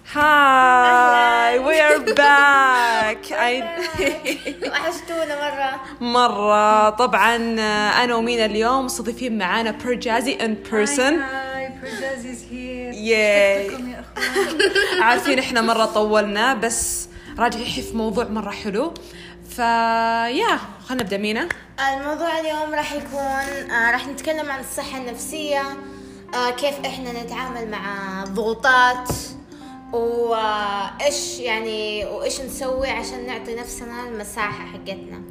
Hi, we are back. وحشتونا مرة طبعا أنا ومينا اليوم مستضيفين معانا برجازي in person. Hi, Perjazzy is here. Yay. يا أخوان. عارفين إحنا مرة طولنا بس راجعين في موضوع مرة حلو. فيا خلنا نبدأ. مينا الموضوع اليوم راح يكون راح نتكلم عن الصحة النفسية، كيف إحنا نتعامل مع الضغوطات وإيش يعني وإيش نسوي عشان نعطي نفسنا المساحة حقتنا.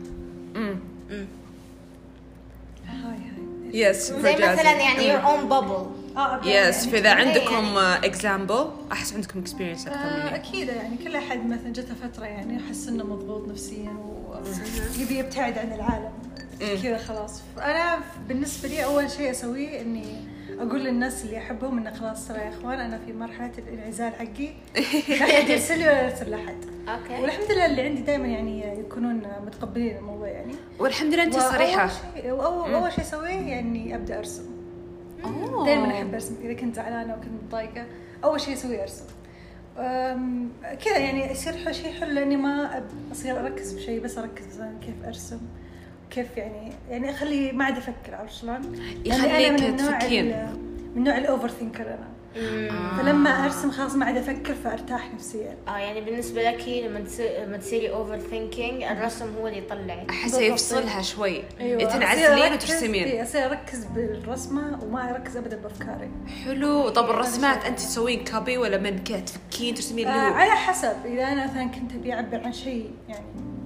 yes زي مثلا يعني your own bubble. yes. فإذا عندكم example أحس عندكم experience أكثر مني. أكيد يعني كل أحد مثلا جته فترة يعني يحس إنه مضغوط نفسيا ويبي يبتعد عن العالم كذا خلاص. أنا بالنسبة لي أول شيء أسويه إني أقول للناس اللي أحبهم إنه خلاص ترى يا إخوان أنا في مرحلة الانعزال حقي، لا أحد يرسل لي ولا أرسل لأحد. والحمد لله اللي عندي دائما يعني يكونون متقبلين الموضوع يعني. والحمد لله أنت صريحة. أول شيء أسويه يعني أبدأ أرسم. دائما أحب أرسم إذا كنت زعلانة وكنت متضايقة أول شيء أسويه أرسم. كذا يعني يصير شيء حلو لأني ما أصير أركز بشيء، بس أركز مثلا كيف أرسم كيف يعني أخلي ما عاد أفكر. عارف شلون؟ يخليك تفكين من نوع الأوفر ثينكر أنا. فلما أرسم خلاص ما عاد أفكر فأرتاح نفسيا. يعني بالنسبة لك لما تصيري أوفر ثينكينج الرسم هو اللي يطلعك. أحس يفصلها شوي. أيوة. تنعزلين وترسمين. أصير أركز بالرسمة وما أركز أبدا بأفكاري. حلو. طب الرسمات أنت تسوين كوبي ولا من كده تفكين ترسمين اللي هو؟ على حسب. إذا أنا مثلا كنت أبي أعبر عن شيء يعني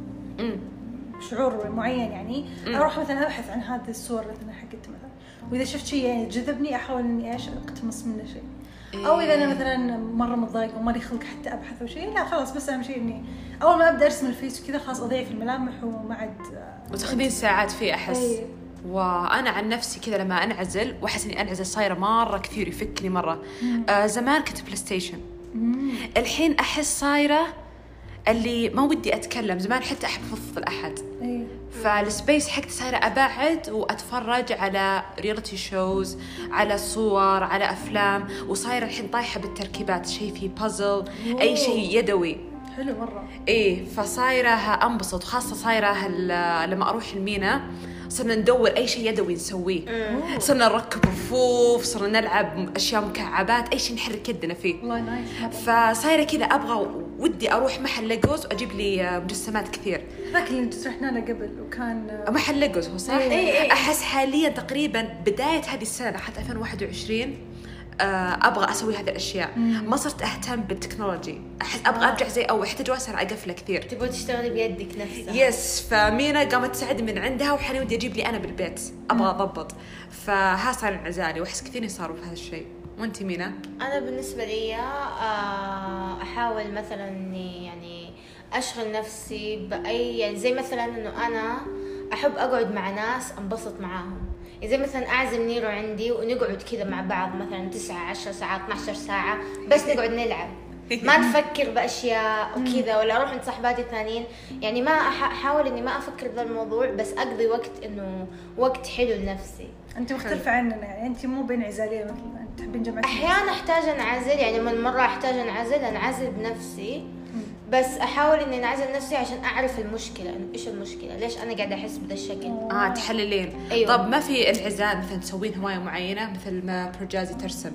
شعور معين يعني أروح مثلا أبحث عن هذه الصور مثلا حقت مثلا، وإذا شفت شيء يعني جذبني أحاول إني إيش أقتمص منه شيء. أو إذا أنا مثلا مرة متضايقة وما لي خلق حتى أبحث أو شيء، لا خلاص بس أهم شيء إني أول ما أبدأ أرسم الفيس وكذا خلاص أضيع في الملامح وما عاد وتاخذين ساعات فيه أحس. وأنا عن نفسي كذا لما أنعزل وأحس إني أنعزل صايرة مرة كثير يفكني مرة. زمان كنت بلاي ستيشن، الحين أحس صايرة اللي ما ودي أتكلم. زمان حتى أحب فضفض الأحد. فالسبيس حقتي صايرة أبعد وأتفرج على رياليتي شوز، على صور، على أفلام، وصايرة الحين طايحة بالتركيبات، شيء فيه بازل، أي شيء يدوي. حلو مرة. فصايرة أنبسط، خاصة صايرة لما أروح المينا صرنا ندور أي شيء يدوي نسويه. صرنا نركب رفوف، صرنا نلعب أشياء مكعبات، أي شيء نحرك يدنا فيه. والله نايس. فصايرة كذا أبغى ودي أروح محل ليجوز وأجيب لي مجسمات كثير. ذاك اللي انت رحنا له قبل وكان محل ليجوز هو صح؟ أحس حاليا تقريبا بداية هذه السنة حتى 2021 أبغى أسوي هذه الأشياء. ما صرت أهتم بالتكنولوجي، أحس أبغى أرجع زي أول، أحتاج واسع أقفله كثير. تبغى تشتغلي بيدك نفسها. يس. فمينا قامت تساعدني من عندها وحاليا ودي أجيب لي أنا بالبيت، أبغى أضبط. فها صار انعزالي وأحس كثير صاروا في هذا الشيء. وأنتي مينا؟ أنا بالنسبة لي أحاول مثلا إني يعني أشغل نفسي بأي يعني زي مثلا إنه أنا أحب أقعد مع ناس أنبسط معاهم. زي مثلا أعزم نيرو عندي ونقعد كذا مع بعض مثلا 9 10 ساعات 12 ساعة بس نقعد نلعب، ما نفكر بأشياء وكذا. ولا أروح عند صاحباتي ثانيين يعني ما أحاول إني ما أفكر بهذا الموضوع، بس أقضي وقت إنه وقت حلو لنفسي. أنت مختلفة عننا يعني، أنت مو بانعزالية مثل أنت تحبين جماعة. أحيانا أحتاج أنعزل يعني من مرة أحتاج أنعزل بنفسي، بس أحاول إني أنعزل نفسي عشان أعرف المشكلة، إنه إيش المشكلة، ليش أنا قاعدة أحس بهذا الشكل. تحللين. أيوة. طب ما في انعزال مثلا تسوين هواية معينة مثل ما برجازي ترسم؟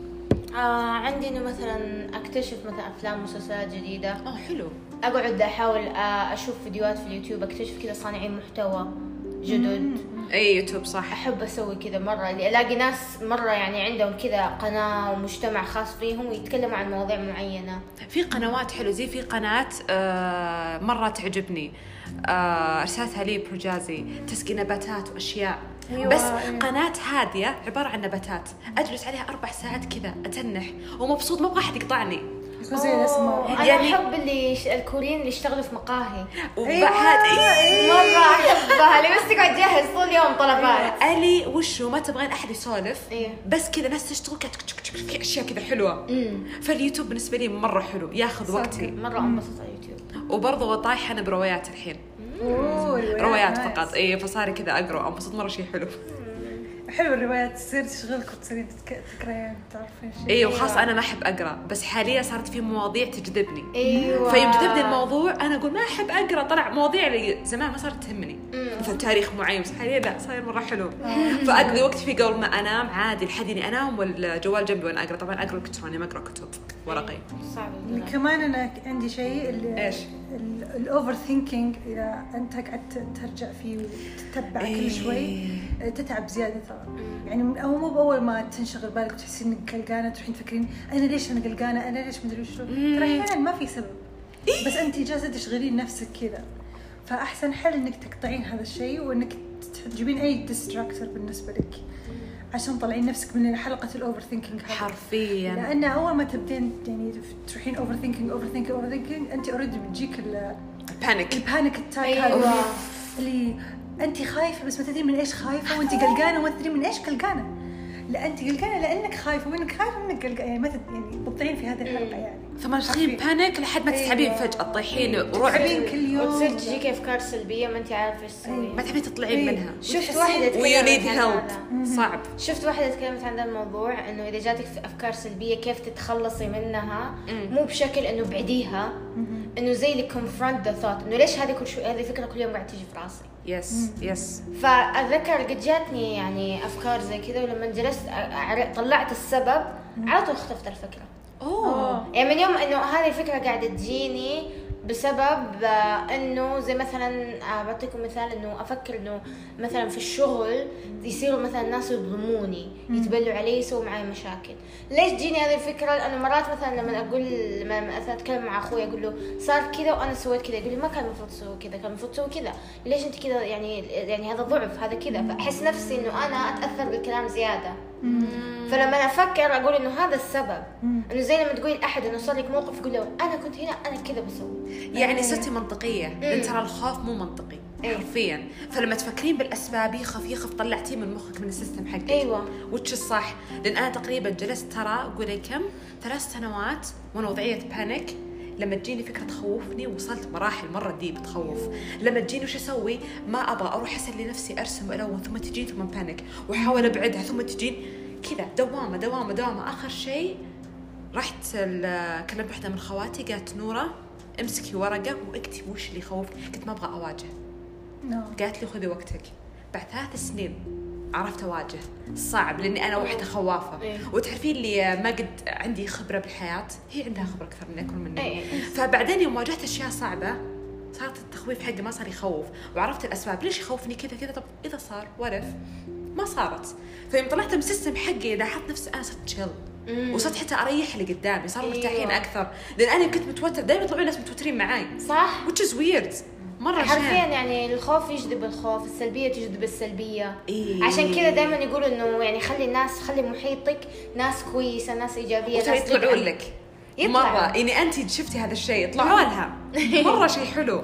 عندي إنه مثلا أكتشف مثلا أفلام مسلسلات جديدة. حلو. أقعد أحاول أشوف فيديوهات في اليوتيوب، أكتشف كذا صانعين محتوى جدد. أي يوتيوب صح. أحب أسوي كذا مرة، اللي ألاقي ناس مرة يعني عندهم كذا قناة ومجتمع خاص فيهم ويتكلموا عن مواضيع معينة. في قنوات حلو زي في قناة مرة تعجبني، أرسلتها لي برجازي، تسقي نباتات وأشياء. بس قناة هادية عبارة عن نباتات، أجلس عليها 4 ساعات كذا أتنح ومبسوط، ما أبغى أحد يقطعني. أنا يعني أحب الكوريين اللي يشتغلوا في مقاهي وبعد مرة أحبها، اللي بس تقعد جاهز طول اليوم طلبات. ألي وشو ما تبغين أحد يسولف بس كذا ناس تشتغل في أشياء كذا حلوة. فاليوتيوب بالنسبة لي مرة حلو، ياخذ وقتي مرة أنبسط على اليوتيوب. وبرضه طايحة أنا بروايات الحين. روايات فقط. فصار كذا أقرأ أنبسط مرة، شيء حلو. حلو الروايات تصير تشغلك وتصيرين تقرين تعرفين شيء. ايوه وخاصة انا ما احب اقرا، بس حاليا صارت في مواضيع تجذبني. ايوه فيوم جذبني الموضوع انا اقول ما احب اقرا، طلع مواضيع اللي زمان ما صارت تهمني مثلا تاريخ معين، بس حاليا لا صاير مرة حلو. فاقضي وقت فيه قبل ما انام عادي لحد اني انام والجوال جنبي وانا اقرا. طبعا اقرا الكتروني ما اقرا كتب ورقي. صعب. كمان انا عندي شيء اللي ايش الاوفر ثينكينج، اذا انت قعدت ترجع فيه وتتبع كل شوي تتعب زياده ترى. يعني او مو باول ما تنشغل بالك وتحسين انك قلقانه تروحين تفكرين انا ليش انا قلقانه، انا ليش مدري وش. ترى احيانا ما في سبب، بس انت جالسه تشغلين نفسك كذا. فاحسن حل انك تقطعين هذا الشيء وانك تجيبين اي ديستراكتور بالنسبه لك عشان تطلعين نفسك من حلقه الاوفر ثينكينج حرفيا. لان اول ما تبدين يعني تروحين اوفر ثينكينج انت اوريدي بتجيك البانيك اتاك. هذا اللي انت خايفه بس ما تدري من ايش خايفه، وانت قلقانه وما تدري من ايش قلقانه. لا انت قلقانه لانك خايفه، وانك خايفه منك قلقانه، يعني ما يعني بتضيعين في هذه الحلقه يعني. ثم تدخلين بانيك لحد ما تتعبين فجاه تطيحين ورعب كل يوم، وتصير تجيك افكار سلبيه ما انت عارفه ايش تسوي، ما تبي تطلعين منها. شفت واحده تكلمت عن صعب. شفت واحده تكلمت عن الموضوع انه اذا جاتك افكار سلبيه كيف تتخلصي منها، مو بشكل انه بعديها، انه زي اللي confront the thought، انه ليش هذه كل شوي هذه الفكره كل يوم قاعد تيجي في راسي. يس فأتذكر قد جاتني يعني أفكار زي كذا، ولما جلست طلعت السبب على طول اختفت الفكرة. يعني من يوم إنه هذه الفكرة قاعدة تجيني بسبب انه زي مثلا بعطيكم مثال، انه افكر انه مثلا في الشغل يصيروا مثلا الناس يظلموني، يتبلوا علي، يسووا معي مشاكل. ليش تجيني هذه الفكره؟ لانه مرات مثلا لما اتكلم مع اخوي اقول له صار كذا وانا سويت كذا، يقول لي ما كان المفروض تسوي كذا، كان المفروض تسوي كذا، ليش انت كذا؟ يعني هذا ضعف، هذا كذا. فاحس نفسي انه انا اتاثر بالكلام زياده. فلما انا افكر اقول انه هذا السبب، انه زي لما تقول احد انه صار لك موقف تقول له انا كنت هنا انا كذا بسوي، يعني صرتي منطقيه. لان ترى الخوف مو منطقي حرفيا. فلما تفكرين بالاسباب يخف طلعتيه من مخك من السيستم حقك. ايوه وش الصح. لان انا تقريبا جلست ترى قولي كم 3 سنوات وانا وضعيه بانيك. لما تجيني فكره تخوفني وصلت مراحل مره دي بتخوف. لما تجيني وش اسوي؟ ما ابغى اروح اسلي نفسي ارسم الون، ثم تجيني ثم بانيك واحاول ابعدها، ثم تجيني كذا دوامه. اخر شيء رحت كلمت واحده من خواتي قالت نوره امسكي ورقه واكتبي وش اللي يخوفك. كنت ما ابغى اواجه. قالت لي خذي وقتك. بعد 3 سنين عرفت اواجه. صعب لاني انا واحده خوافه. وتعرفين اللي ما قد عندي خبره بالحياه، هي عندها خبره اكثر مني اكثر مني. فبعدين يوم واجهت اشياء صعبه صارت التخويف حقي ما صار يخوف، وعرفت الاسباب ليش يخوفني كذا. طب اذا صار ورف ما صارت. فيوم طلعت من السيستم حقي لاحظت نفسي انا صرت تشيل، وصرت حتى اريح اللي قدامي، صاروا مرتاحين اكثر. لان انا كنت متوتر، دائما يطلعون ناس متوترين معاي صح، which is weird مره. حرفيا يعني الخوف يجذب الخوف، السلبيه تجذب السلبيه. عشان كذا دائما يقولوا انه يعني خلي محيطك ناس كويسه، ناس ايجابيه، ناس يطلعون لك مره. يعني انت شفتي هذا الشيء يطلعوا لها مره شيء حلو.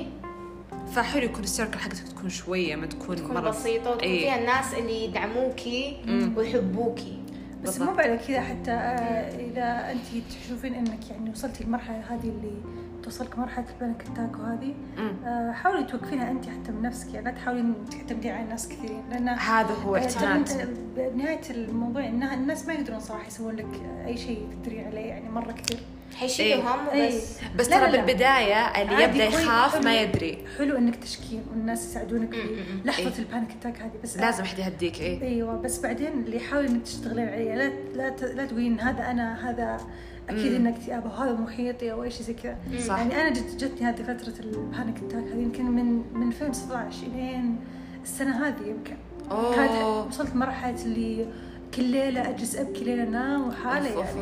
فحلو يكون السيركل حقتك تكون شويه ما تكون مره بسيطه، وتكون فيها الناس اللي يدعموكي ويحبوكي. بس مو بعد كذا حتى اذا انت تشوفين انك يعني وصلتي المرحله هذه اللي توصلك مرحله البانيك اتاك وهذه، حاولي توقفينها انت حتى من نفسك. يعني لا تحاولين تعتمدين على الناس كثيرين، لان هذا هو اعتماد. بنهايه الموضوع انها الناس ما يقدرون صراحه يسوون لك اي شيء تقدرين عليه، يعني مره كثير حيشيلهم. بس ترى بالبدايه اللي يبدا يخاف ما يدري. حلو انك تشكين والناس يساعدونك في لحظه البانيك اتاك هذه، بس لازم حد يهديك. ايوه بس بعدين اللي حاولي انك تشتغلين عليه، لا تقولين هذا انا، هذا اكيد انك اكتئاب وهذا محيطي او اي شيء زي كذا. يعني انا جتني هذه فتره البانيك اتاك هذه يمكن من 2016 الين السنه هذه يمكن. كانت وصلت مرحله اللي كل ليله اجلس ابكي، ليله انام وحالي يعني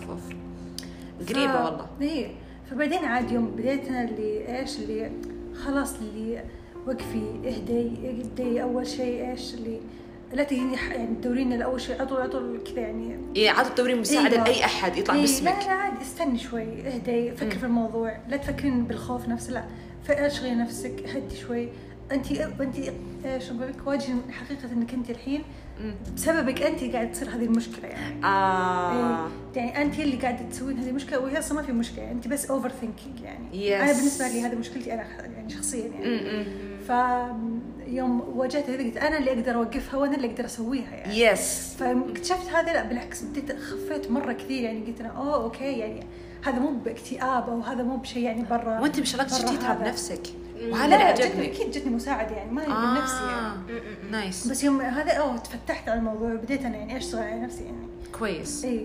قريبه والله. فبعدين عاد يوم بديتنا اللي خلاص اللي وقفي اهدي اول شيء اللي لا تجيني يعني تدورين الاول شيء عطول كذا، يعني عطوا تدورين مساعده لاي احد يطلع باسمك. لا عادي استني شوي، اهدي، فكر في الموضوع، لا تفكرين بالخوف نفسه، لا اشغلي نفسك، هدي شوي. انت ايش اقول لك، واجهي حقيقه انك انت الحين بسببك انت قاعده تصير هذه المشكله يعني. يعني انت اللي قاعده تسوين هذه المشكله، وهي اصلا ما في مشكله، يعني انت بس اوفر ثينكينج يعني. انا بالنسبه لي هذه مشكلتي انا يعني شخصيا يعني. ف يوم واجهت هذه قلت أنا اللي أقدر أوقفها وأنا اللي أقدر أسويها يعني. يس. فاكتشفت هذا لا بالعكس بديت خفيت مرة كثير يعني قلت أنا أوكي يعني هذا مو باكتئاب أو هذا مو بشيء يعني برا. وأنت مش شغلت تشتيتها بنفسك وهذا اللي عجبني. أكيد جتني مساعدة يعني ما من نفسي يعني. نايس. بس يوم هذا تفتحت على الموضوع وبديت أنا يعني أشتغل على نفسي يعني. كويس. إيه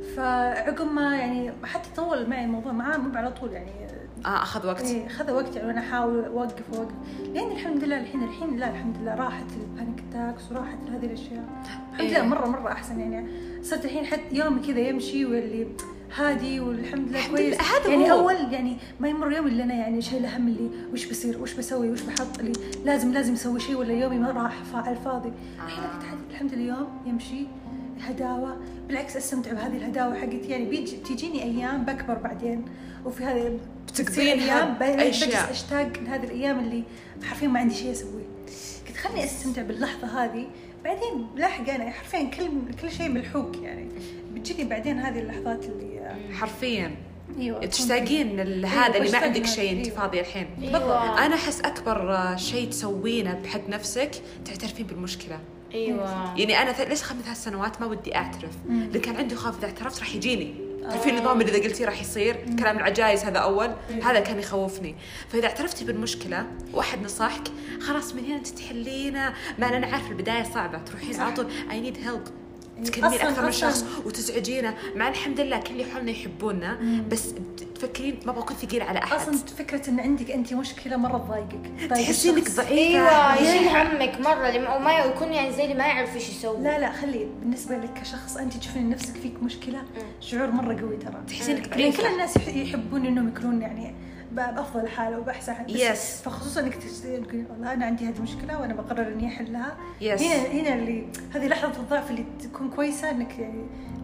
فعقب ما يعني حتى طول معي الموضوع معاه مو على طول يعني. أخذ وقت. إيه أخذ وقت يعني وأنا أحاول أوقف لأن الحمد لله الحين لا الحمد لله راحت البانيك أتاكس وراحت هذه الأشياء الحمد لله مرة أحسن يعني. صرت الحين حتى يومي كذا يمشي واللي هادي والحمد لله كويس يعني. أول يعني ما يمر يوم إلا أنا يعني شايلة هم اللي وش بصير وش بسوي وش بحط لي لازم أسوي شيء ولا يومي ما راح على الفاضي. الحين الحمد لله يوم يمشي هداوة بالعكس أستمتع بهذه الهداوة حقتي يعني. تيجيني أيام بكبر بعدين وفي هذه بتكبرين أيام بس أشتاق لهذه الأيام اللي حرفيا ما عندي شيء أسويه. كنت خلني أستمتع باللحظة هذه بعدين لاحق أنا حرفيا كل شيء ملحوق يعني. بتجيني بعدين هذه اللحظات اللي حرفيا أيوة تشتاقين لهذا اللي ما عندك شيء انت فاضيه الحين. أيوة. انا احس اكبر شيء تسوينه بحق نفسك تعترفين بالمشكله. ايوه يعني انا ليش 5 سنوات ما ودي اعترف لان كان عندي خوف اذا اعترفت راح يجيني تعرفين النظام اللي اذا قلتيه راح يصير كلام العجايز هذا اول هذا كان يخوفني. فاذا اعترفتي بالمشكله واحد نصحك خلاص من هنا انت تحلينا. ما انا عارفه البدايه صعبه تروحين على طول اي نيد هيلب تكلمين أكثر من شخص وتزعجينا مع الحمد لله كل اللي حولنا يحبوننا بس تفكرين ما بكون ثقيل على أحد. أصلاً فكرة إن عندك أنت مشكلة مرة تضايقك تحسين إنك ضعيفة. أيوة يشيل همك مرة وما يكون يعني زي اللي ما يعرف إيش يسوي. لا خلي بالنسبة لك كشخص أنت تشوفين نفسك فيك مشكلة شعور مرة قوي ترى. تحسين إنك يعني كل الناس يحبون إنهم يكونون يعني بأفضل حال وبأحسن حال. يس. فخصوصا إنك تقول والله أنا عندي هذه المشكلة وأنا بقرر إني أحلها. يس. هنا اللي هذه لحظة الضعف اللي تكون كويسة إنك يعني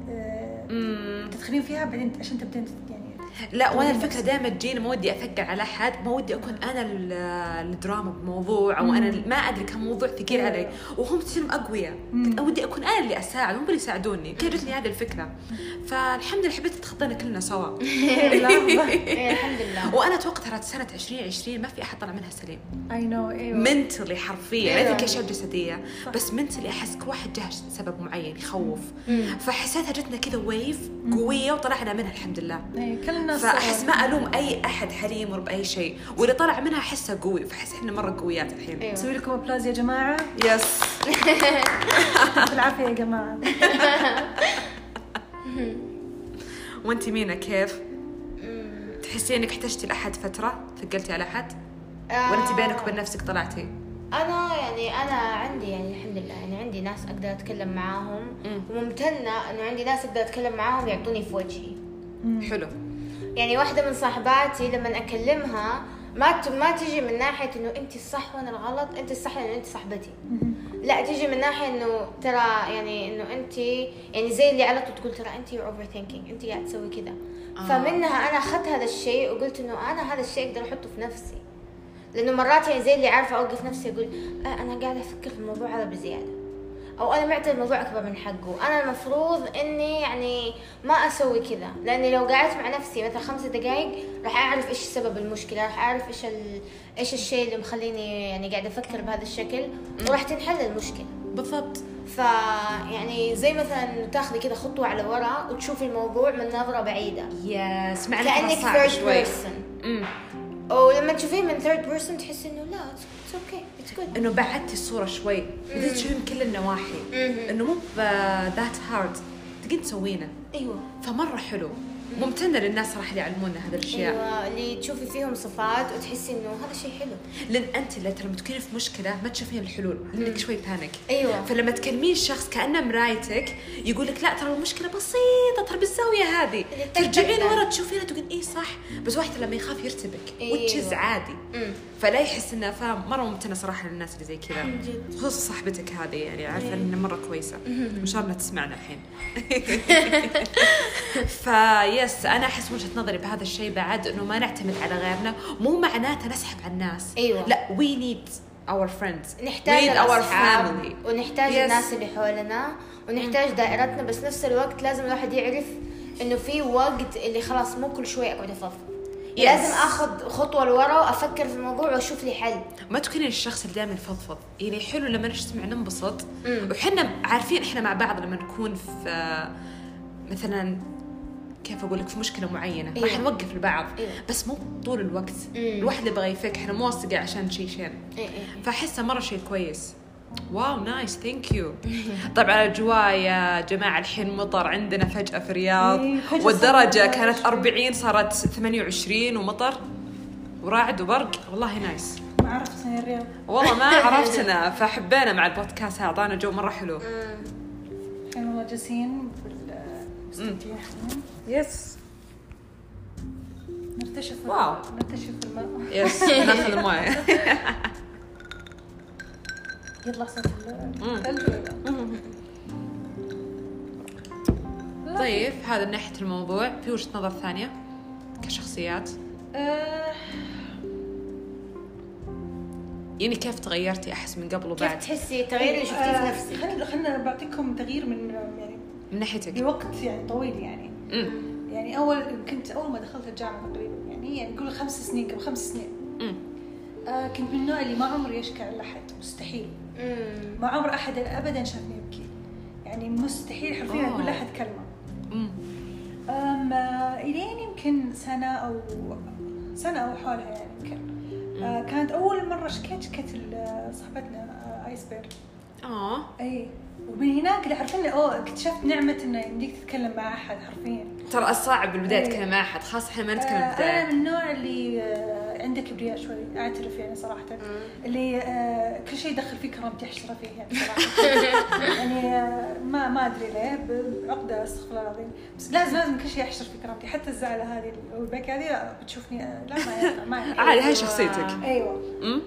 تدخلين فيها بعدين عشان تبدين يعني. لا وانا الفكره دائما تجيني ما ودي اثقل على احد ما ودي اكون انا الدراما بموضوع او انا ما ادري كم موضوع ثقيل علي وهم تصيرون اقوياء ودي اكون انا اللي اساعد هم اللي يساعدوني. كيف جتني هذه الفكره فالحمد لله حبيت تخطينا كلنا سوا. الحمد لله. وانا اتوقع ترى سنه 2020 ما في احد طلع منها سليم. اي نو ايوه منتلي حرفيا لا في اشياء جسديه بس منتلي احس كل واحد جاه سبب معين يخوف فحسيتها جتنا كذا ويف قويه وطلعنا منها الحمد لله. فأحس ما ألوم أي أحد حاليا يمر بأي شيء واللي طلع منها أحسه قوي فأحس إحنا مرة قويات الحين. نسوي لكم أبلاز يا جماعة. يس. بالعافية يا جماعة. وأنتي مينا كيف؟ تحسين إنك احتجتي لأحد فترة ثقلتي على أحد؟ ولا أنتي بينك وبين نفسك طلعتي؟ أنا عندي يعني الحمد لله يعني عندي ناس أقدر أتكلم معاهم وممتنة إنه عندي ناس أقدر أتكلم معاهم يعطوني في وجهي. حلو. يعني واحدة من صاحباتي لما أكلمها ما تجي من ناحية إنه أنت الصح وأنا الغلط أنت الصح لأنه أنت صاحبتي لا تجي من ناحية إنه ترى يعني إنه أنت يعني زي اللي على طول تقول ترى أنت overthinking أنت قاعد تسوي كذا فمنها أنا أخذت هذا الشيء وقلت إنه أنا هذا الشيء أقدر أحطه في نفسي لأنه مرات يعني زي اللي عارفة أوقف نفسي أقول أنا قاعدة أفكر في الموضوع هذا بزيادة أو أنا معطي الموضوع أكبر من حقه أنا المفروض إني يعني ما أسوي كذا لأني لو قعدت مع نفسي مثلا 5 دقايق راح أعرف إيش سبب المشكلة راح أعرف إيش الشيء اللي مخليني يعني قاعدة أفكر بهذا الشكل وراح تنحل المشكلة بالضبط. فيعني زي مثلا تاخذي كذا خطوة على وراء وتشوفي الموضوع من نظرة بعيدة يس كأنك third person أو لما تشوفيه من third person تحسي إنه لا it's okay it's good إنه بعدتي الصورة شوي بديت تشوفين كل النواحي إنه مو that hard تقدر تسوينه. أيوة فمرة حلو ممتنة للناس صراحة اللي يعلمونا هذا الأشياء. أيوة اللي تشوفي فيهم صفات وتحسي إنه هذا شيء حلو لأن أنت اللي لما تكوني في مشكلة ما تشوفين الحلول لأنك شوي بانيك. أيوة فلما تكلمين الشخص كأنه مرايتك يقول لك لا ترى المشكلة بسيطة ترى بالزاوية هذه ترجعين ورا تشوفينها تقول إيه صح بس واحد لما يخاف يرتبك وتشز عادي فلا يحس إنه فاهم. مرة ممتنة صراحة للناس اللي زي كذا خصوصا صاحبتك هذه يعني عارفة إنها مرة كويسة إن شاء الله تسمعنا الحين. فيس أنا أحس وجهة نظري بهذا الشيء بعد إنه ما نعتمد على غيرنا مو معناته نسحب على الناس. أيوة. لا we need our friends نحتاج الأصحاب ونحتاج الناس اللي حولنا ونحتاج دائرتنا بس نفس الوقت لازم الواحد يعرف إنه في وقت اللي خلاص مو كل شوي أقعد أفضفض لازم اخذ خطوه لورا وافكر في الموضوع واشوف لي حل. ما تكونين الشخص اللي دائما يفضفض. يعني حلو لما نجتمع ننبسط وحنا عارفين احنا مع بعض لما نكون في مثلا كيف اقول لك في مشكله معينه راح نوقف البعض بس مو طول الوقت. الواحد يبغى يفك، احنا مو واثقين عشان شيء فاحسه مره شيء كويس. واو نايس ثانك يو. طبعا الاجواء يا جماعه الحين مطر عندنا فجاه في الرياض والدرجه كانت 40 صارت 28 ومطر ورعد وبرق. والله نايس. ما عرفتنا الرياض والله ما عرفتنا فحبينا مع البودكاست هذا اعطانا جو مره حلو. كانوا والله جالسين بالاستوديو يس نكتشف الماء يس ناخذ الماء يطلع صوت الثلج. طيب هذا من ناحية الموضوع. في وجهة نظر ثانية كشخصيات يعني كيف تغيرتي أحس من قبل وبعد؟ كيف تحسي تغيير اللي شفتيه في نفسك؟ خلنا بعطيكم تغيير من ناحيتك بوقت يعني طويل يعني. يعني أول ما دخلت الجامعة تقريبا يعني نقول 5 سنين قبل 5 سنين كنت من النوع اللي ما عمري أشكى على أحد. مستحيل. ما عمر أحد أبدا شافني أبكي يعني مستحيل حرفيا أقول لأحد كلمة. إلين يمكن سنة أو حولها يعني يمكن كانت أول مرة شكيت صاحبتنا آيسبير. أي ومن هناك اللي عرفنا اكتشفت نعمة إنه يمديك تتكلم مع أحد حرفيا. ترى الصعب بالبداية تتكلم مع أحد خاصة إحنا ما نتكلم بالبداية. أنا من النوع اللي عنده كبرياء شوي أعترف يعني صراحة اللي كل شيء يدخل فيه كرامتي أحشره فيه يعني صراحة. يعني ما أدري ليه بعقدة استغفر الله العظيم بس لازم كل شيء أحشر فيه كرامتي حتى الزعلة هذه والبكي هذه بتشوفني لا ما عادي هاي شخصيتك. أيوة.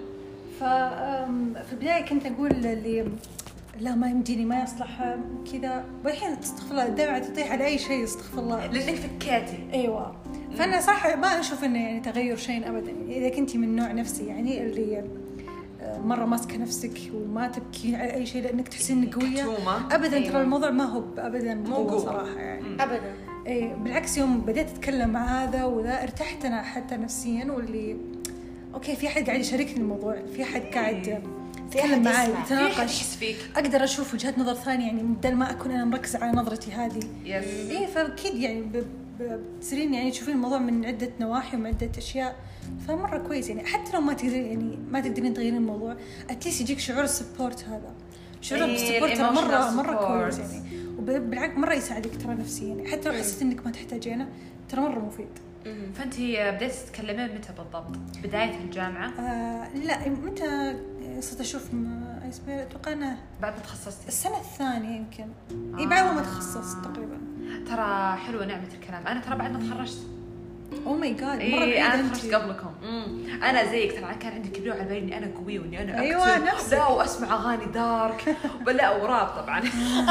في البداية كنت أقول اللي لا ما يمديني ما يصلح كذا والحين استغفر الله دائما تطيح على أي شيء استغفر الله لأنك فكاتي. أيوة. فأنا صح ما أشوف إنه يعني تغير شيء أبدا. إذا كنتي من نوع نفسي يعني اللي مرة ماسكة نفسك وما تبكي على أي شيء لأنك تحسين إنك قوية أبدا. ترى الموضوع ما هو أبدا مو صراحة يعني أبدا. إيه بالعكس يوم بديت أتكلم مع هذا وذا ارتحت أنا حتى نفسيا واللي أوكي في أحد قاعد يشاركني الموضوع في أحد قاعد يتكلم معي يتناقش أقدر أشوف وجهات نظر ثانية يعني بدل ما أكون أنا مركزة على نظرتي هذه. إيه فأكيد يعني بتصيرين يعني تشوفين الموضوع من عدة نواحي ومن عدة أشياء فمرة كويس يعني حتى لو ما تقدرين تغيرين الموضوع أتليس يجيك شعور السبورت هذا. شعور السبورت مرة كويس يعني وبالعكس مرة يساعدك ترى نفسيا يعني حتى لو حسيت إنك ما تحتاجينه ترى مرة مفيد. فأنتي بدأت تتكلمين متى بالضبط؟ بداية الجامعة؟ لا متى صرت أشوف آيسبير أتوقع أنه بعد ما تخصصتي السنة الثانية يمكن. بعد ما تخصصت تقريبا. ترى حلوة نعمة الكلام. أنا ترى بعد ما تخرجت ماي جاد مرة أنا تخرجت قبلكم. أنا زيك ترى كان عندي كبير على بالي إني أنا قوية وإني أنا أيوة نفسك. لا وأسمع أغاني دارك ولا وراب طبعا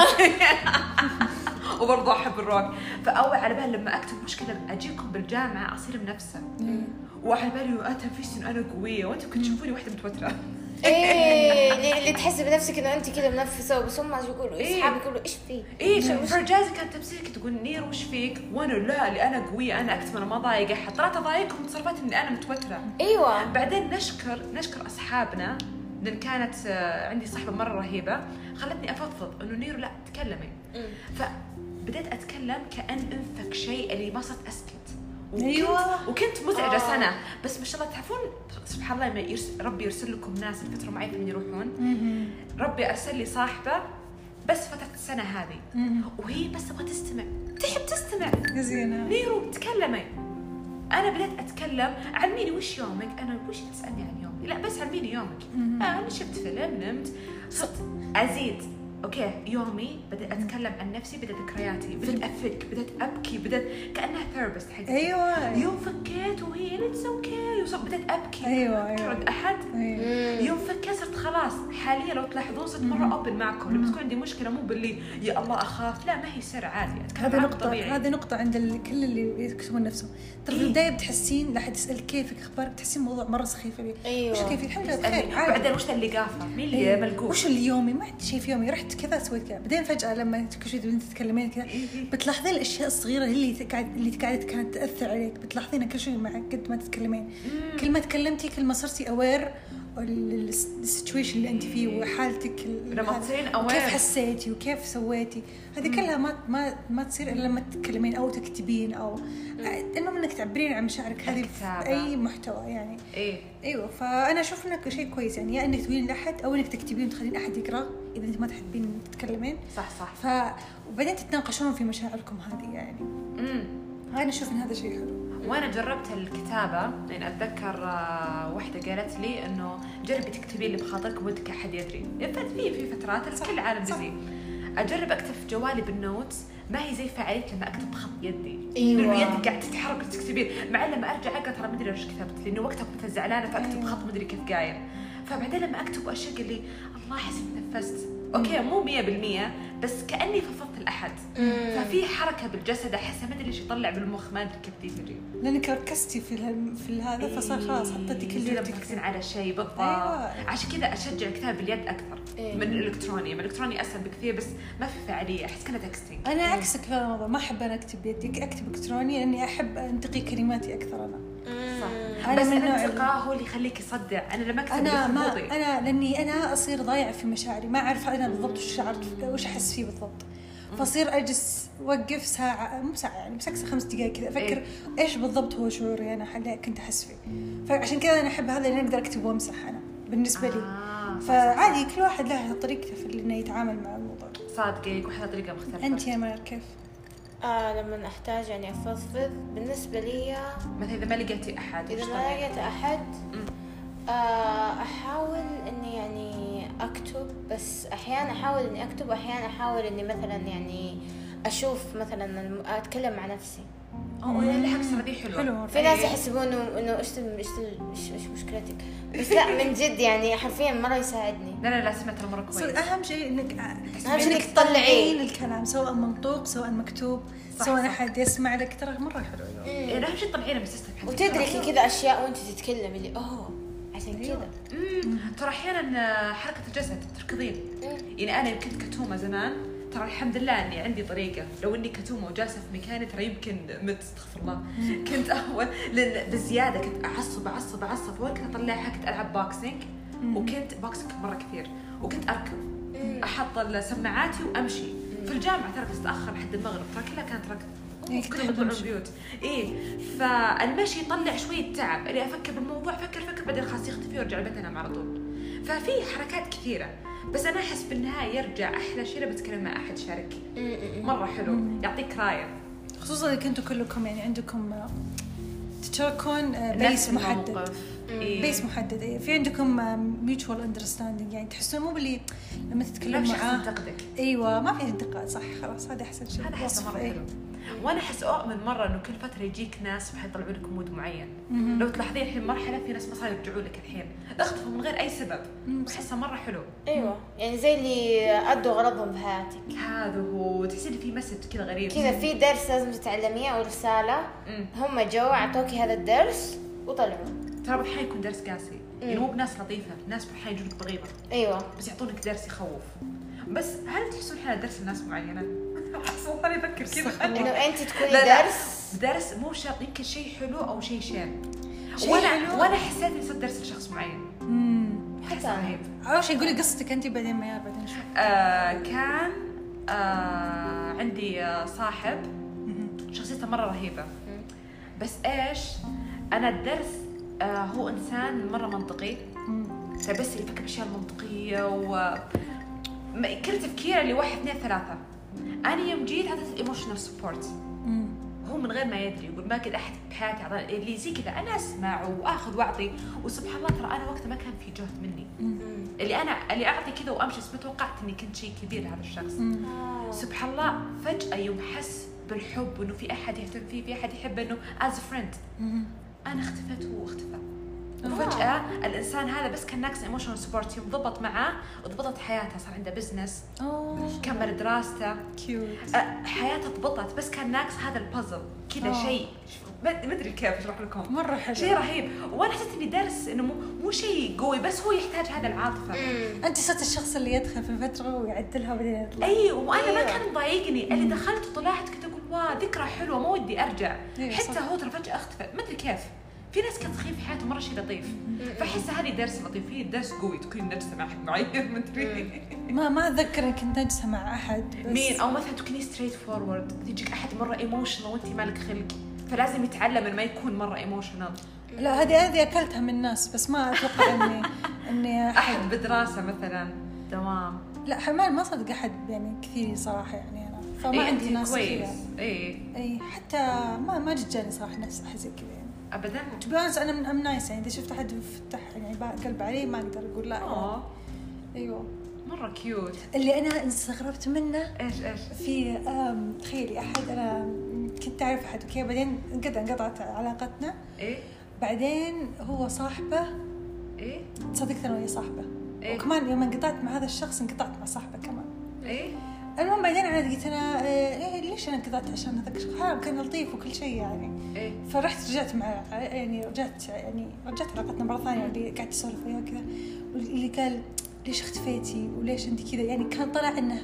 وبرضه أحب الروك. فأول على بالي لما أكتب مشكلة أجيكم بالجامعة أصير منفسة وعلى بالي أتنفس إنه أنا قوية وأنتم كنتوا تشوفوني واحدة متوترة. ايه اللي تحسي بنفسك انه انت كده منفسه وبس هم يقولوا اصحابي يقولوا ايش في فرجازي كانت تمسك تقول نير وش فيك وانا لا اللي انا قويه انا اكتب انا ما ضايق احد. طلعت اضايقكم تصرفات اني انا متوتره. ايوه بعدين نشكر اصحابنا لان كانت عندي صاحبه مره رهيبه خلتني افضفض انه نير لا تكلمي. فبديت اتكلم كأن انفك شيء اللي ما صرت اسكت وكنت مزعجة سنة بس ما شاء الله تعرفون سبحان الله ربي يرسل لكم ناس الفترة معي فين يروحون. ربي أرسل لي صاحبة بس فترة السنة هذه وهي بس تبغى تستمع تحب تستمع نيرو تكلمي. أنا بدأت أتكلم علميني وش يومك. أنا وش تسألني عن يومي لا بس علميني يومك. أنا شفت فيلم نمت صرت أزيد اوكي يومي بدأت اتكلم عن نفسي بدأت ذكرياتي بدأت افك بدأت ابكي بدأت كأنها ثيرابيست حقتي. ايوه يوم فكيت وهي اتس اوكي بدأت ابكي ايوه احد. يوم فكيت صرت خلاص حاليا لو تلاحظون صرت مره اوبن معكم لما تكون عندي مشكله مو باللي يا الله اخاف لا ما هي سر عادي اتكلم. هذه نقطه عند كل اللي يكتبون نفسهم ترى في البدايه بتحسين لا حد يسأل كيفك اخبارك تحسين الموضوع مره سخيف. ايوه وش كيفك الحمد لله بخير بعدين وش اللي قافه مين اللي ملقوف وش اليومي ما عندي شيء في يومي رحت رحت كذا سويت كذا. بعدين فجأة لما كل شوي وانت تتكلمين كذا بتلاحظين الأشياء الصغيرة اللي قاعدة كانت تأثر عليك، بتلاحظينها كل شوي مع قد ما تتكلمين. كل ما تكلمتي كل ما صرتي أوير السيتويشن اللي أنت فيه وحالتك، لما تصيرين أوير كيف حسيتي وكيف سويتي. هذه كلها ما تصير إلا لما تتكلمين أو تكتبين أو المهم إنك تعبرين عن مشاعرك هذه في أي محتوى يعني. أيوة، فأنا أشوف إنك شيء كويس يعني، يا إنك تقولين لأحد أو إنك تكتبين وتخلين أحد يقرأ إذا أنت ما تحبين تتكلمين. صح. وبعدين تتناقشون في مشاعركم هذه يعني. أنا أشوف إن هذا شيء حلو. وأنا جربت الكتابة، لأن أتذكر واحدة قالت لي إنه جربي تكتبي اللي بخاطرك ودك أحد يدري. في فترات الكل العالم بزي. أجرب أكتب في جوالي بالنوتس، ما هي زي فعالية لما أكتب بخط يدي. لأنه يدك قاعد تتحرك وتكتبين، مع لما أرجع أقرأ ترى مدري إيش كتبت، لأنه وقتها كنت زعلانة فأكتب بخط مدري كيف قايل. فبعدين لما أكتب أشياء قال لي الله حسيت نفست. أوكي مو 100% بس كأني فضفضت الأحد. ففي حركة بالجسد أحس ما أدري ليش يطلع بالمخ، ما أدري كيف تجري. لأنك ركزتي في هذا فصار خلاص حطيتي كل اللي تركزين على شيء بالضبط. عشان كذا أشجع الكتاب باليد أكثر من الإلكتروني. من الإلكتروني أسهل بكثير بس ما في فعالية، أحس كنا تكستينج. أنا عكسك في هذا الموضوع، ما أحب أنا أكتب بيدي، أكتب إلكتروني لأني أحب أنتقي كلماتي أكثر. أنا صح. بس الانتقاء هو اللي يخليك يصدع. أنا لما أكتب لأني أنا أصير ضايعة في مشاعري، ما أعرف أنا بالضبط وش شعرت وش أحس فيه بالضبط. فصير أجلس وقف ساعة مو ساعة يعني بس 5 دقائق كذا أفكر إيش بالضبط هو شعوري أنا حاليا كنت أحس فيه. فعشان كذا أنا أحب هذا اللي أقدر أكتب وأمسح أنا بالنسبة لي. فعادي كل واحد له طريقته في إنه يتعامل مع الموضوع. صادقك وحدة طريقة مختلفة. أنت يا مار كيف؟ لما أحتاج يعني أفضفض بالنسبة لي مثلا إذا ما لقيتي أحد، أحاول إني يعني أكتب، بس أحيانا أحاول إني أكتب وأحيانا أحاول إني مثلا يعني أشوف مثلا أتكلم مع نفسي. اللي حق دي حلو. في ناس يحسبون إنه إيش مشكلتك، بس لا من جد يعني حرفيا مرة يساعدني. لا سمعت مرة كويس. أهم شيء إنك تطلعين الكلام سواء منطوق سواء مكتوب سواء أحد يسمع لك، ترى مرة حلو. أهم شيء تطلعينه بالسيستم حقك وتدركي كذا أشياء وأنت تتكلم اللي عشان كذا. ترى أحيانا حركة الجسد تركضين. يعني أنا كنت كتومة زمان، ترى الحمد لله إني عندي طريقة. لو إني كتومة وجالسة في مكاني ترى يمكن مت، استغفر الله. كنت أول لأن بزيادة كنت أعصب وقت أطلعها. كنت ألعب بوكسينج وكنت بوكسينج مرة كثير، وكنت أركض أحط السماعاتي وأمشي في الجامعة. ترى كنت أتأخر لحد المغرب، ترى كلها كانت ركض. كنت أطلع البيوت. فالمشي يطلع شوية تعب، اللي أفكر بالموضوع فكر بعدين خلاص يختفي وارجع البيت أنام على طول. ففي حركات كثيرة، بس أنا أحس بالنهاية يرجع أحلى شيء لما بتكلم مع أحد شارك. مرة حلو، يعطيك راية. خصوصا إذا كنتوا كلكم يعني عندكم تشاركون بيس محدد. بيس محدد. في عندكم mutual understanding، يعني تحسون مو باللي لما تتكلم معاه أيوة ما في انتقاد. صح خلاص هذا أحسن شيء. هذا حس مرة حلو. وأنا أحس أؤمن مرة إنه كل فترة يجيك ناس وحيطلعوا لك مود معين. لو تلاحظين الحين مرحلة في ناس ما صار يرجعوا لك الحين، اختفوا من غير أي سبب. أحسها مرة حلو. أيوة يعني زي اللي أدوا غرضهم بحياتك. هذا هو، تحسين في مسج كذا غريب كذا، في درس لازم تتعلميه أو رسالة. هم جو عطوكي هذا الدرس وطلعوا. ترى بحي يكون درس قاسي، يعني مو بناس لطيفة، ناس بحي يجونك بغيبة. أيوة بس يعطونك درس يخوف. بس هل تحسون حالة درس الناس معينة؟ أصلاً يفكر كذا إنه أنت تكوني درس مو شرط، يمكن شيء حلو أو شيء شين. وأنا حسيت إني صرت درس لشخص معين. حتى رهيب. أول شيء قولي قصتك أنت بعدين ما بعدين شو. كان عندي صاحب شخصيته مرة رهيبة. بس إيش أنا الدرس هو إنسان مرة منطقي. بس يفكر بأشياء منطقية كل تفكيره اللي 1 2 3. أنا يوم جيت عطيت emotional support. هو من غير ما يدري يقول ما قد أحد بحياتي اللي زي كذا. أنا أسمع وأخذ وأعطي، وسبحان الله ترى أنا وقتها ما كان في جهد مني. اللي أعطي كذا وأمشي، بس ما توقعت إني كنت شيء كبير هذا الشخص. سبحان الله فجأة يوم حس بالحب وإنه في أحد يهتم فيه، في أحد يحب، إنه as a friend. أنا اختفت وهو اختفى. وفجأة الإنسان هذا بس كان ناقص ايموشنال سبورت، يوم ضبط معاه وضبطت حياتها، صار عنده بزنس، كمل دراسته، حياتها ضبطت، بس كان ناقص هذا البازل كذا شيء ما ادري كيف اشرح لكم، مره حلو، شيء رهيب. وانا حسيت اني دارس انه مو شيء قوي، بس هو يحتاج هذا العاطفه. انت صرت الشخص اللي يدخل في الفتره ويعدلها وبعدين يطلع. وانا ما كان مضايقني اللي دخلت وطلعت، كنت اقول واه ذكرى حلوه ما ودي ارجع. حتى هو ترى فجاه اختفى، ما ادري كيف. في ناس كانت تخيل في حياتهم مره شيء لطيف، فاحس هذه درس لطيف، في درس قوي تكون نجسه مع حد معين، ما ادري. ما اتذكر ان كنت نجسه مع احد، بس مين او مثلا تكوني ستريت فورورد، تجيك احد مره ايموشنال وانت مالك خلق، فلازم يتعلم انه ما يكون مره ايموشنال. لا هذه اكلتها من الناس، بس ما اتوقع اني احد بدراسه مثلا دوام. لا ما صدق احد يعني كثير صراحه، يعني انا فما عندي ناس كذا. اي حتى ما جاني صراحه ناس احد زي كذا يعني ابدا. تبانس انا من ام نايس، يعني اذا شفت احد يفتح يعني قلب عليه ما اقدر اقول لا. ايوه مره كيوت. اللي انا استغربت منه ايش في تخيلي احد انا كنت اعرف احد اوكي، بعدين انقطعت علاقتنا. بعدين هو صاحبه. صدقت انا ويا صاحبه. وكمان يوم انقطعت مع هذا الشخص انقطعت مع صاحبه كمان. المهم بعدين انا لقيت انا ليش انا انقطعت عشان هذاك الشخص كان لطيف وكل شيء يعني. فرحت رجعت مع يعني رجعت علاقتنا مره ثانيه، اللي قاعد اسولف وياه كذا، واللي قال ليش اختفيتي وليش انت كذا، يعني كان طلع انه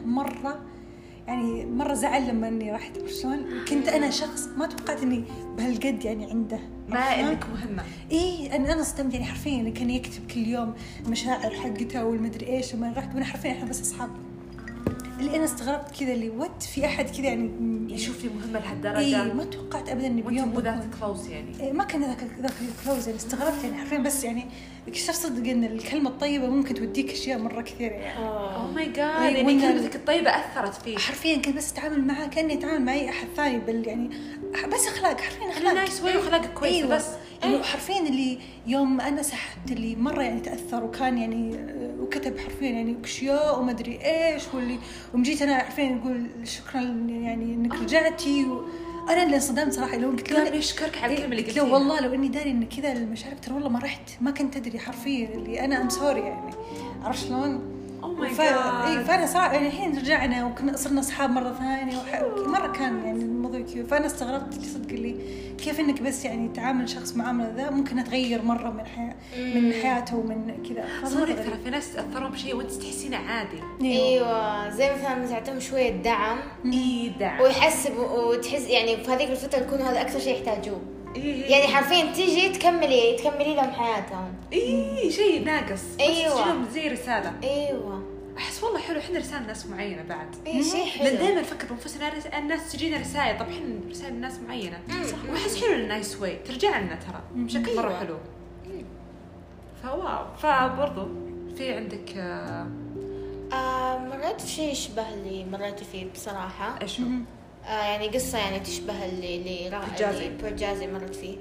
مره زعل لما اني رحت. شلون كنت انا شخص ما توقعت اني بهالقد يعني عنده ما انك مهمه. انا صدمت يعني حرفيا، كان يكتب كل يوم المشاعر حقته والمدري ايش، وما رحت وانا حرفيا احنا بس اصحاب. اللي انا استغربت كذا اللي في احد كذا يعني يشوفني مهمه لهالدرجه. ما توقعت ابدا اني بيوم ذاك كلوز يعني. ما كان ذاك الكلوز يعني. استغربت يعني حرفيا، بس يعني اكتشفت صدق ان الكلمه الطيبه ممكن توديك اشياء مره كثيره يعني. اوه ماي جاد، يعني كلمتك الطيبه اثرت فيك حرفيا. كنت بس اتعامل معها كاني اتعامل مع اي احد ثاني، بل يعني بس اخلاق، حرفيا اخلاق نايس واي وخلاقك كويس. بس حرفيا اللي يوم انا سحبت اللي مره يعني تاثر، وكان يعني وكتب حرفيا يعني اشياء وما ادري ايش، واللي ومجيت انا حرفيا اقول شكرا يعني انك رجعتي. انا اللي انصدمت صراحه، لو قلت له اشكرك على الكلمه اللي قلتيها. لا والله لو اني داري ان كذا المشاعر، ترى والله ما رحت، ما كنت ادري حرفيا اللي انا ام سوري يعني. عرفت شلون؟ فانا صراحه يعني الحين رجعنا وكنا صرنا اصحاب مره ثانيه، مره كان يعني الموضوع كيف. فانا استغربت اللي صدق اللي كيف انك بس يعني تعامل شخص معامله ذا ممكن تغير مره من حياته ومن كذا. صدق ترى في ناس تاثروا بشيء وانت تحسينه عادي. ايوه زي مثلا تعطيهم شويه دعم. دعم ويحسب وتحس يعني في هذيك الفتره يكون هذا اكثر شيء يحتاجوه. يعني حرفيا تيجي تكملي لهم حياتهم. شيء ناقص. ايوه زي رساله. ايوه احس والله حلو احنا رسالة ناس معينه بعد. شيء حلو. من دائما نفكر بنفسنا الناس تجينا رسائل، طب احنا رسائل ناس معينه. واحس حلو النايس واي ترجع لنا ترى بشكل مره حلو. فواو. فبرضو في عندك مريت في شيء يشبه اللي مريت فيه بصراحه. ايش هو؟ يعني قصه يعني تشبه اللي برجازي مرت فيه.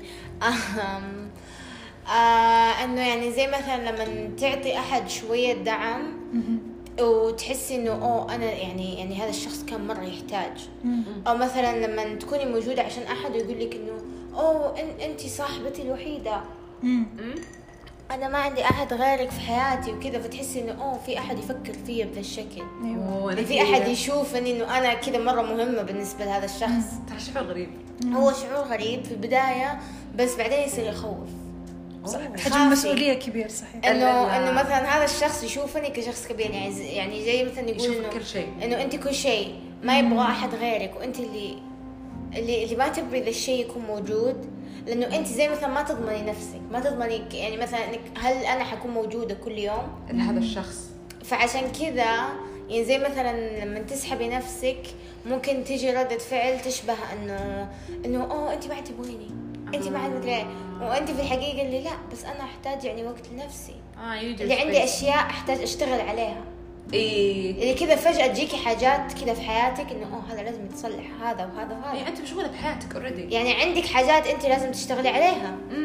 انه يعني زي مثلا لما تعطي احد شويه دعم وتحسي انه انا يعني هذا الشخص كان مره يحتاج. او مثلا لما تكوني موجوده عشان احد ويقول لك انه انت صاحبتي الوحيده، انا ما عندي احد غيرك في حياتي وكذا، فتحسي انه في احد يفكر فيا بهذا الشكل. في احد يشوفني انه انا كذا مره مهمه بالنسبه لهذا الشخص. شعور غريب. هو شعور غريب في البدايه، بس بعدين يصير يخوف. حجم مسؤوليه كبير. صحيح انه مثلا هذا الشخص يشوفني كشخص كبير، يعني زي مثلا يقول انه انت كل شيء، ما يبغى احد غيرك، وانت اللي ما تبغي ذا الشيء يكون موجود، لانه انت زي مثلا ما تضمني نفسك، ما تضمني يعني مثلا انك هل انا حكون موجوده كل يوم لهذا الشخص. فعشان كذا يعني زي مثلا لما تسحبي نفسك ممكن تيجي ردة فعل تشبه انه انت ما تبغيني، انت ما مدري، وانت في الحقيقه اللي لا، بس انا احتاج يعني وقت لنفسي. اللي عندي اشياء احتاج اشتغل عليها. اللي كذا فجاه تجيكي حاجات كذا في حياتك انه هذا لازم يتصلح، هذا وهذا وهذا. انت مشغوله بحياتك اوريدي، يعني عندك حاجات انت لازم تشتغلي عليها.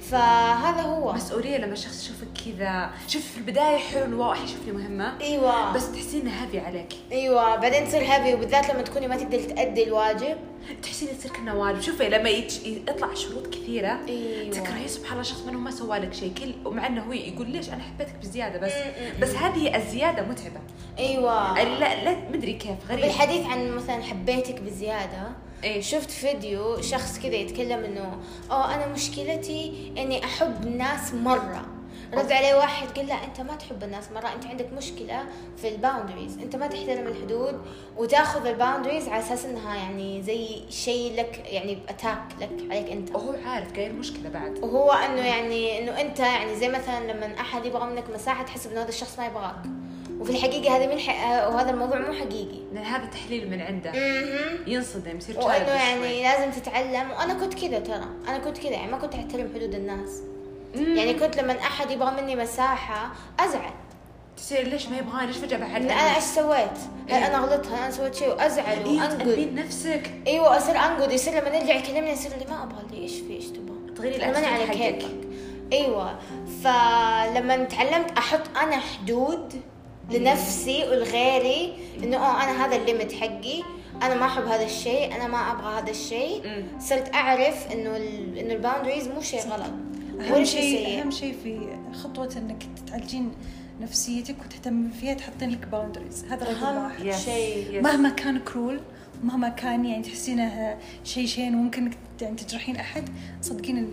فهذا هو مسؤولية لما شخص يشوفك كذا. شوف في البداية حلو واو يشوفني مهمة، ايوه بس تحسين انها هافي عليك. ايوه بعدين تصير هافي، وبالذات لما تكوني ما تقدري تأدي الواجب تحسين تصير كأنه واجب. شوفي لما يطلع شروط كثيرة ايوه تكرهي سبحان الله شخص منهم ما سوى لك شيء ومع انه هو يقول ليش انا حبيتك بزيادة، بس هذه الزيادة متعبة. ايوه لا مدري كيف غريب. بالحديث عن مثلا حبيتك بزيادة، إيه؟ شفت فيديو شخص كذا يتكلم انه انا مشكلتي اني احب الناس مرة. رد عليه واحد قال لا انت ما تحب الناس مرة، انت عندك مشكلة في الباوندريز، انت ما تحترم الحدود وتاخذ الباوندريز على اساس انها يعني زي شيء لك، يعني اتاك لك عليك انت، وهو عارف قايل المشكلة بعد. وهو انه يعني انه انت يعني زي مثلا لما احد يبغى منك مساحة تحسب انه هذا الشخص ما يبغاك، وفي الحقيقة هذا وهذا الموضوع مو حقيقي، لأن هذا تحليل من عنده ينصدم يصير وانه يعني لازم تتعلم. وانا كنت كذا، ترى انا كنت كذا، يعني ما كنت احترم حدود الناس. يعني كنت لما احد يبغى مني مساحة ازعل، تصير ليش ما يبغاني، ليش فجأة بعد انا ايش سويت؟ هل انا غلطت؟ هل انا سويت شيء؟ وازعل وانقد تأنبين نفسك. ايوه اصير انقد، يصير لما نرجع يكلمني يصير لي ما ابغى لي ايش في ايش تبغى تغيري انا ماني على كيفك. ايوه فلما تعلمت احط انا حدود لنفسي ولغيري، انه انا هذا الليمت حقي، انا ما احب هذا الشيء، انا ما ابغى هذا الشيء. صرت اعرف انه الباوندريز مو شيء غلط، اهم شيء في خطوه انك تعالجين نفسيتك وتهتم فيها، تحطين لك باوندريز. هذا رقم واحد. شيء مهما كان كرول، مهما كان يعني تحسينه شيء وممكن يعني تجرحين احد، صدقين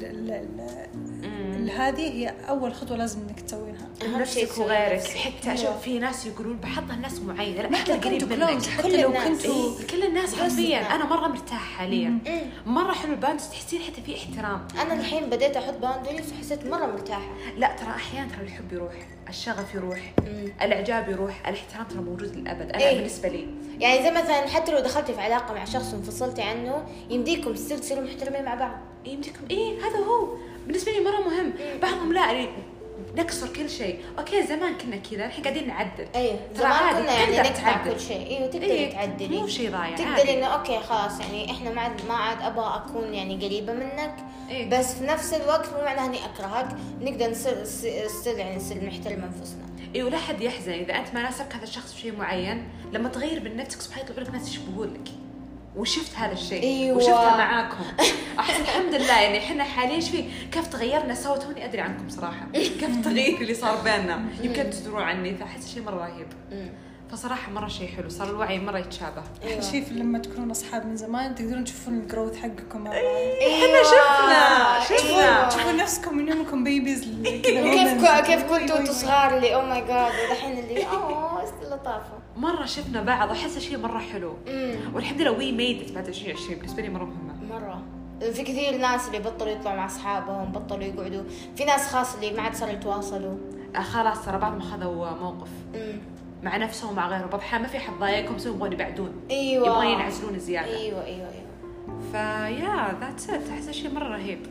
هذه هي اول خطوه لازم انك تسوينها. نفسك وغيرك. حتى شوف في ناس يقولون بحطها الناس معينه، لا حتى قريب منك، حتى لو كنتوا كل الناس حرفيا. انا مره مرتاحه حاليا، مره حلو الباوندريز، تحسين حتى في احترام. انا الحين بديت احط باوندريز وحسيت مره مرتاحه. لا ترى احيانا ترى الحب يروح، الشغف يروح، الاعجاب يروح، الاحترام ترى موجود للابد. انا بالنسبه لي يعني زي مثلا حتى لو دخلتي في علاقه مع شخص وانفصلتي عنه، يمديكم تصيروا محترمين مع بعض. يمديكم هذا هو بالنسبه لي مره مهم. بعضهم لا نكسر كل شيء. اوكي زمان كنا كذا، الحين قاعدين نعدل. زمان كنا يعني نقطع كل شيء. تقدري تعدلي، مو شيء ضايع، تقدري انه اوكي خلاص يعني احنا ما عاد ابغى اكون يعني قريبه منك. بس في نفس الوقت مو معناه اني اكرهك، نقدر نصير يعني نصير نحترم انفسنا. ولا حد يحزن اذا انت ما ناسبك هذا الشخص في شيء معين. لما تغير من نفسك سبحان الله يطلع لك ناس يشبهون لك، وشفت هذا الشيء وشفتها معاكم. احس الحمد لله يعني احنا حاليا شوي كيف تغيرنا سوا. توني ادري عنكم صراحه كيف التغيير اللي صار بيننا، يمكن تدرون عني، فاحس شيء مره رهيب. فصراحه مره شيء حلو، صار الوعي مره يتشابه. شايف لما تكونون اصحاب من زمان تقدرون تشوفون الجروث حقكم مع بعض. احنا شفنا تشوفون نفسكم من يومكم بيبيز كذا، كيف كنتوا صغار اللي او ماي جاد، والحين اللي لطافه. مره شفنا بعض، احس شيء مره حلو. والحمد لله وي ميد بعد 2020 بالنسبه لي مره مهمه مره. في كثير ناس اللي بطلوا يطلعوا مع اصحابهم، بطلوا يقعدوا، في ناس خاص اللي ما عاد صاروا يتواصلوا. خلاص ترى بعضهم اخذوا موقف مع نفسهم ومع غيره. بعض ما في حد ضايقهم سو يبغون يبعدون. يبغون ينعزلون زياده. ايوه فيا ذاتس ات. احس شيء مره رهيب.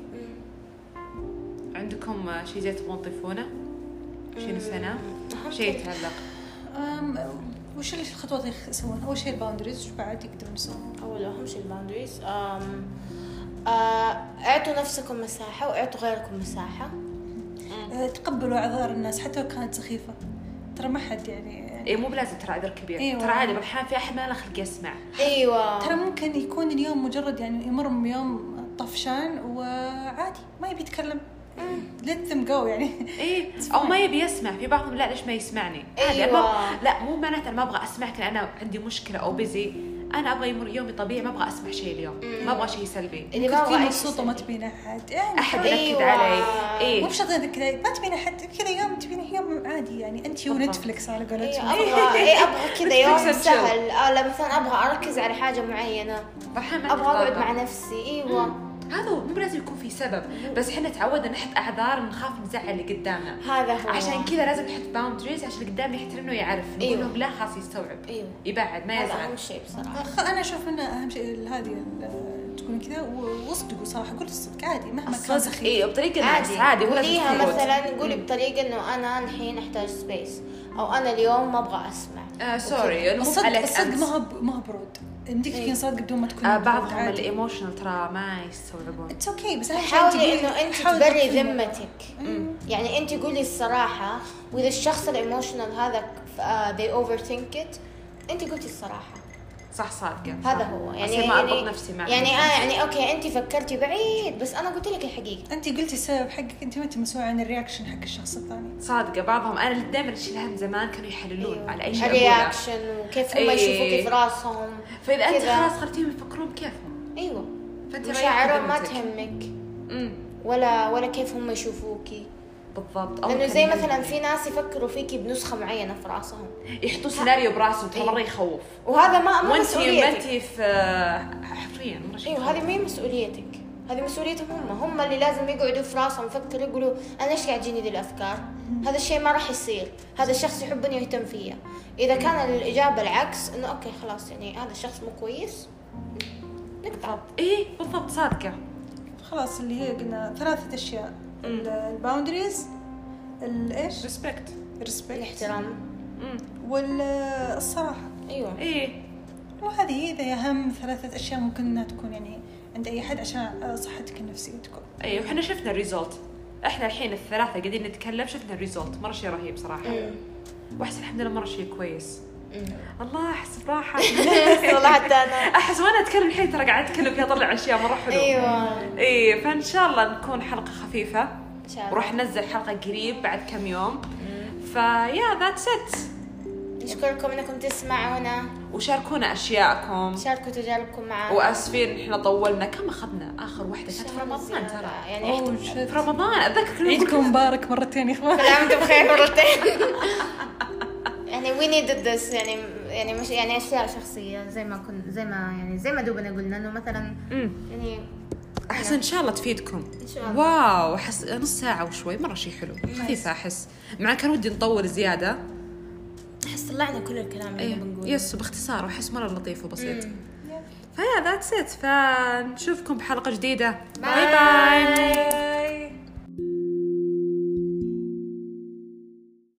عندكم شيء زي تبغون تضيفونه؟ شيء نسيناه؟ شيء يتعلق؟ وش الخطوات اللي يسوونها؟ اول شيء الباوندريز، وش بعد يقدرون يسوون؟ اهم شيء الباوندريز. اعطوا نفسكم مساحه واعطوا غيركم مساحه. تقبلوا اعذار الناس حتى لو كانت سخيفه، ترى ما حد يعني مو بلازم ترى عذر كبير. ترى عادي بالحال في احد ما له خلق يسمع. ترى ممكن يكون اليوم مجرد يعني يمر بيوم طفشان وعادي ما يبي يتكلم. let them go يعني. او ما يبي يسمع. في بعضهم لا ليش ما يسمعني. لا مو معناته انا ما ابغى اسمعك لان انا عندي مشكله او بيزي. انا ابغى يمر يومي طبيعي، ما ابغى اسمع شيء اليوم. ما ابغى شيء سلبي. اللي ما ابغى مبسوطه ما تبين احد يعني احد ينكد علي. مو بشرط انك ما تبين احد كذا يوم، تبين يوم عادي يعني انت ونتفلكس على قولتهم. ابغى كذا يوم سهل. لا مثلا ابغى اركز على حاجه معينه، ابغى اقعد مع نفسي. هذا مو لازم يكون في سبب، بس احنا تعودنا نحط اعذار ونخاف نزعل اللي قدامنا. هذا هو. عشان كذا لازم نحط باوندريز عشان اللي قدامنا يحترمنا ويعرف. نقول لهم لا خلاص يستوعب. يبعد ما يزعل. هذا اهم شيء بصراحه. انا اشوف انه اهم شيء هذه تكون كذا واصدقوا صراحه. قول الصدق عادي مهما كان سخيف. بطريقه عادي قوليها مثلا. قولي بطريقه انه انا الحين احتاج سبيس، او انا اليوم ما ابغى اسمع. سوري مو عليك الصدق ما هو برود. يمديك تكون صادق بدون ما تكون بعضهم الايموشنال ترى ما يستوعبون. اتس اوكي بس حاولي انه انت تبري ذمتك. يعني انت قولي الصراحه، واذا الشخص الايموشنال هذا they overthink it، انت قلتي الصراحه صح صادقه. هذا هو يعني ما اربط نفسي معك. يعني يعني اوكي انت فكرتي بعيد بس انا قلت لك الحقيقه. انت قلتي السبب حقك، انت ما انت مسؤول عن الرياكشن حق الشخص الثاني. صادقه بعضهم انا دائما اشيل هم زمان كانوا يحللون على اي شيء الرياكشن وكيف هم يشوفوكي في راسهم. فاذا انت خلاص خلتيهم يفكرون بكيفهم. ايوه فانت مشاعرهم ما تهمك ولا كيف هم يشوفوكي بالضبط. لانه زي مثلا في ناس يفكروا فيكي بنسخه معينه في راسهم، يحطوا سيناريو براسهم ترى مره يخوف، وهذا ما مسؤوليتك. وانت في حرفيا مره شيء. ايوه هذه مو مسؤوليتك، هذه مسؤوليتهم هم اللي لازم يقعدوا في راسهم يفكروا يقولوا انا ايش قاعد تجيني ذي الافكار، هذا الشيء ما راح يصير، هذا الشخص يحبني ويهتم فيا. اذا كان الاجابه العكس انه اوكي خلاص يعني هذا الشخص مو كويس نقطع. ايه بالضبط صادقه. خلاص اللي هي قلنا 3 أشياء، الباوندريز، الايش، ريسبكت، الاحترام والصراحه. ايوه ايه وهذه اذا اهم 3 أشياء ممكن انها تكون يعني عند اي حد عشان صحتك النفسية تكون. ايه وحنا شفنا الريزولت، احنا الحين الثلاثه قاعدين نتكلم شفنا الريزولت مره شيء رهيب صراحه. واحس الحمد لله مره شيء كويس. الله احس براحه. والله حتى انا احس وانا اتكلم الحين ترى قاعد اتكلم فيها اطلع اشياء مره حلوه. ايوه ايه فان شاء الله نكون حلقه خفيفه ان شاء الله، وراح ننزل حلقه قريب بعد كم يوم. فيا ذاتس ات. نشكركم انكم تسمعونا وشاركونا اشياءكم، شاركوا تجاربكم معنا. واسفين احنا طولنا. كم اخذنا اخر واحده كانت في رمضان ترى يعني في رمضان. اتذكر عيدكم مبارك مرتين يا اخوان. كل عام وانتم بخير مرتين. يعني we needed this يعني مش يعني اشياء شخصيه زي ما دوبنا قلنا انه مثلا يعني احس ان شاء الله تفيدكم. ان شاء الله. واو احس نص ساعه وشوي مره شيء حلو خفيفه. احس مع كان ودي نطول زياده. احس طلعنا كل الكلام اللي بنقوله يس باختصار واحس مره لطيف وبسيط. فيا ذاتس ات. فنشوفكم بحلقه جديده. باي باي.